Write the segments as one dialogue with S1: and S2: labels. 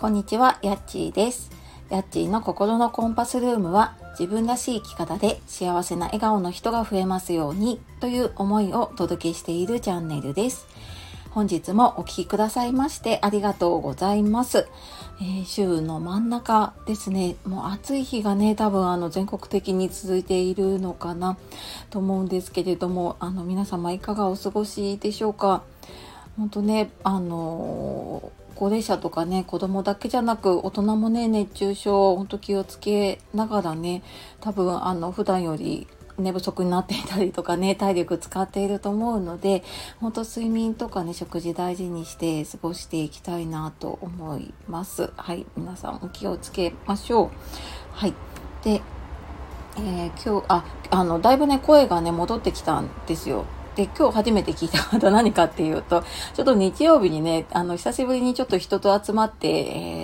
S1: こんにちは、やっちーです。やっちーの心のコンパスルームは、自分らしい生き方で幸せな笑顔の人が増えますようにという思いをお届けしているチャンネルです。本日もお聞きくださいましてありがとうございます。週の真ん中ですね。もう暑い日がね、多分全国的に続いているのかなと思うんですけれども、皆様いかがお過ごしでしょうか。本当ね、高齢者とかね、子供だけじゃなく大人もね、熱中症本当気をつけながらね、多分普段より寝不足になっていたりとかね、体力使っていると思うので、本当睡眠とかね、食事大事にして過ごしていきたいなと思います。はい、皆さんお気をつけましょう。はい。で、今日だいぶね声がね戻ってきたんですよ。で、今日初めて聞いたこと何かっていうと、ちょっと日曜日にね、久しぶりにちょっと人と集まって、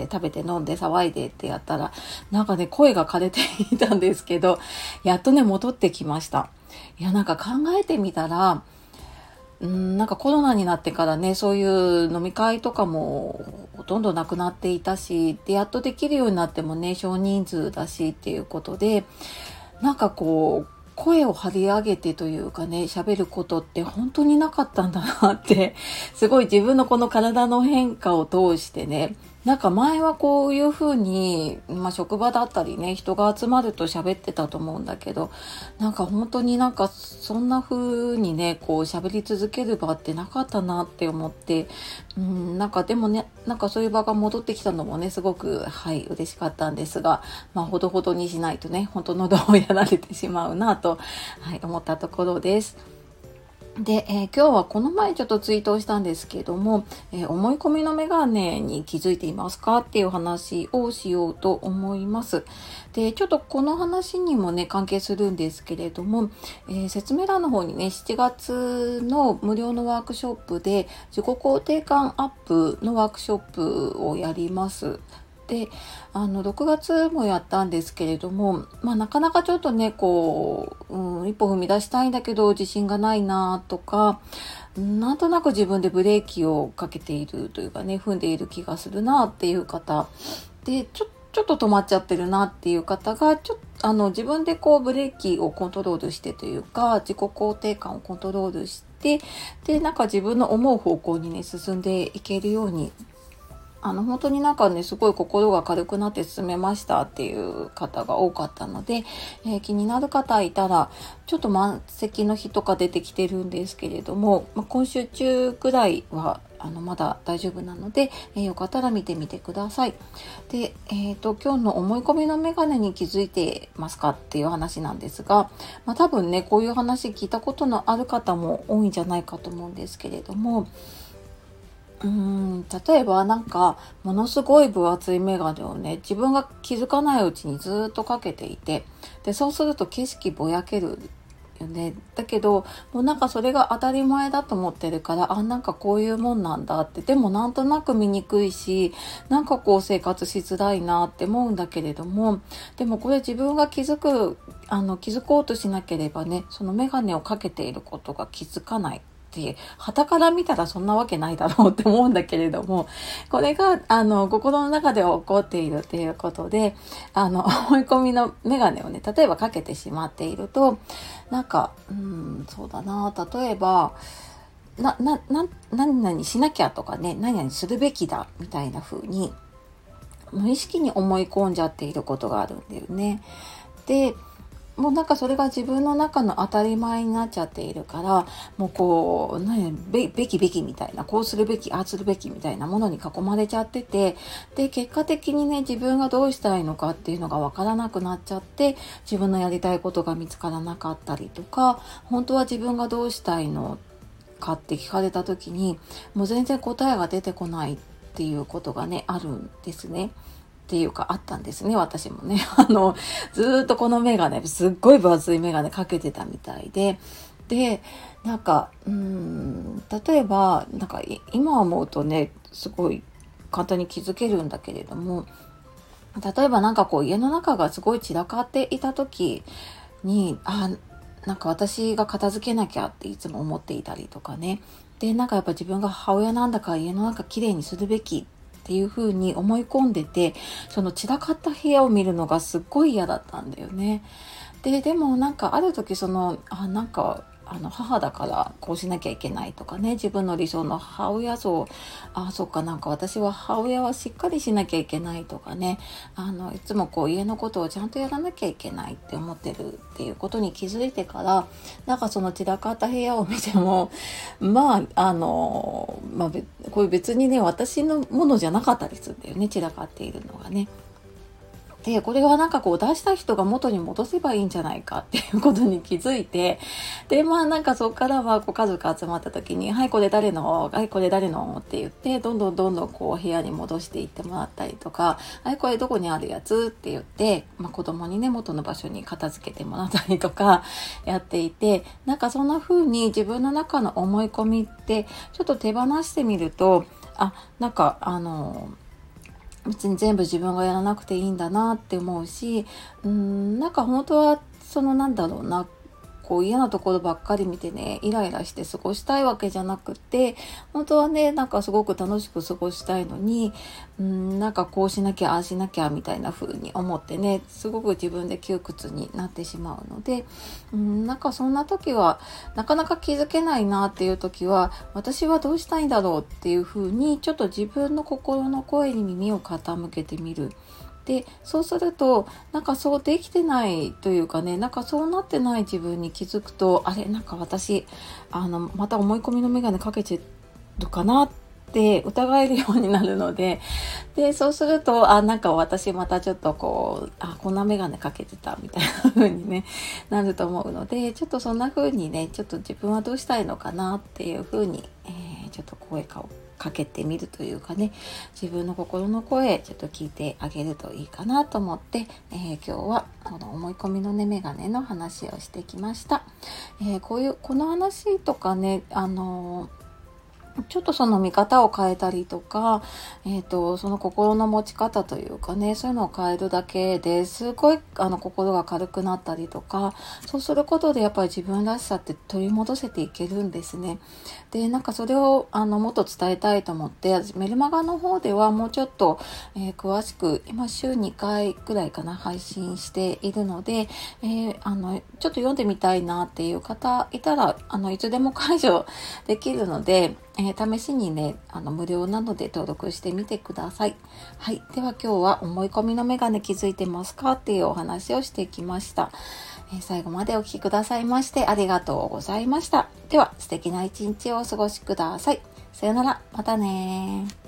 S1: 食べて飲んで騒いでってやったら、なんかね、声が枯れていたんですけど、やっとね、戻ってきました。いや、なんか考えてみたら、なんかコロナになってからね、そういう飲み会とかもほとんどなくなっていたし、で、やっとできるようになってもね、少人数だしっていうことで、なんかこう、声を張り上げてというかね、喋ることって本当になかったんだなって、すごい自分のこの体の変化を通してね、なんか前はこういう風に、職場だったりね、人が集まると喋ってたと思うんだけど、なんか本当になんかそんな風にね、こう喋り続ける場ってなかったなって思って、なんかでもね、なんかそういう場が戻ってきたのもね、すごく、はい、嬉しかったんですが、ほどほどにしないとね、本当喉をやられてしまうなと、はい、思ったところです。で、今日はこの前ちょっとツイートをしたんですけども、思い込みのメガネに気づいていますかっていう話をしようと思います。で、ちょっとこの話にもね、関係するんですけれども、説明欄の方にね、7月の無料のワークショップで自己肯定感アップのワークショップをやります。で、6月もやったんですけれども、なかなかちょっとね、こう、一歩踏み出したいんだけど自信がないなとか、なんとなく自分でブレーキをかけているというかね、踏んでいる気がするなっていう方で、ちょっと止まっちゃってるなっていう方が、自分でこうブレーキをコントロールしてというか、自己肯定感をコントロールして、で、なんか自分の思う方向にね、進んでいけるように、本当になんかね、すごい心が軽くなって進めましたっていう方が多かったので、気になる方いたら、ちょっと満席の日とか出てきてるんですけれども、今週中くらいは、まだ大丈夫なので、よかったら見てみてください。で、今日の思い込みのメガネに気づいてますかっていう話なんですが、多分ね、こういう話聞いたことのある方も多いんじゃないかと思うんですけれども、例えばなんかものすごい分厚いメガネをね、自分が気づかないうちにずっとかけていて、でそうすると景色ぼやけるよね。だけどもうなんかそれが当たり前だと思ってるから、なんかこういうもんなんだって、でもなんとなく見にくいし、なんかこう生活しづらいなって思うんだけれども、でもこれ自分が気づこうとしなければね、そのメガネをかけていることが気づかない。傍から見たらそんなわけないだろうって思うんだけれども、これが心の中では起こっているっていうことで、思い込みのメガネをね、例えばかけてしまっていると、なんかそうだな、例えば何々しなきゃとかね、何々するべきだみたいな風に無意識に思い込んじゃっていることがあるんだよね。で、もうなんかそれが自分の中の当たり前になっちゃっているから、もうこう、べきみたいな、こうするべき、ああするべきみたいなものに囲まれちゃってて、で、結果的にね、自分がどうしたいのかっていうのがわからなくなっちゃって、自分のやりたいことが見つからなかったりとか、本当は自分がどうしたいのかって聞かれた時に、もう全然答えが出てこないっていうことがね、あるんですね。っていうかあったんですね、私もね。ずーっとこのメガネ、すっごい分厚いメガネかけてたみたいで、で、なんか、例えば、なんか今思うとね、すごい簡単に気づけるんだけれども、例えばなんかこう家の中がすごい散らかっていた時に、なんか私が片付けなきゃっていつも思っていたりとかね。で、なんかやっぱ自分が母親なんだから家の中きれいにするべきっていう風に思い込んでて、その散らかった部屋を見るのがすっごい嫌だったんだよね。でもなんかある時母だからこうしなきゃいけないとかね、自分の理想の母親像、そっか、なんか私は母親はしっかりしなきゃいけないとかね、いつもこう家のことをちゃんとやらなきゃいけないって思ってるっていうことに気づいてから、なんかその散らかった部屋を見ても、これ別にね、私のものじゃなかったりするんだよね、散らかっているのがね。で、これはなんかこう出した人が元に戻せばいいんじゃないかっていうことに気づいて、で、なんかそこからはこう家族集まった時に、はい、これ誰のって言って、どんどんこう部屋に戻していってもらったりとか、はい、これどこにあるやつって言って、子供にね、元の場所に片付けてもらったりとかやっていて、なんかそんな風に自分の中の思い込みってちょっと手放してみると、別に全部自分がやらなくていいんだなって思うし、なんか本当はこう嫌なところばっかり見てね、イライラして過ごしたいわけじゃなくて、本当はね、なんかすごく楽しく過ごしたいのに、なんかこうしなきゃああしなきゃみたいな風に思ってね、すごく自分で窮屈になってしまうので、なんかそんな時はなかなか気づけないなっていう時は、私はどうしたいんだろうっていう風にちょっと自分の心の声に耳を傾けてみる。で、そうすると、なんかそうできてないというかね、なんかそうなってない自分に気づくと、あれ、なんか私、また思い込みの眼鏡かけてるかなって疑えるようになるので、で、そうすると、なんか私またちょっとこんな眼鏡かけてたみたいな風にね、なると思うので、ちょっとそんな風にね、ちょっと自分はどうしたいのかなっていう風に、ちょっと声かけてみるというかね、自分の心の声ちょっと聞いてあげるといいかなと思って、今日はこの思い込みのね、眼鏡の話をしてきました。この話とかね、ちょっとその見方を変えたりとか、その心の持ち方というかね、そういうのを変えるだけですごい心が軽くなったりとか、そうすることでやっぱり自分らしさって取り戻せていけるんですね。で、なんかそれをもっと伝えたいと思って、メルマガの方ではもうちょっと、詳しく今週2回くらいかな配信しているので、ちょっと読んでみたいなっていう方いたらいつでも解除できるので、試しにね、無料なので登録してみてください。はい。では今日は思い込みの眼鏡気づいてますかっていうお話をしてきました。最後までお聞きくださいましてありがとうございました。では素敵な一日をお過ごしください。さよなら。またね。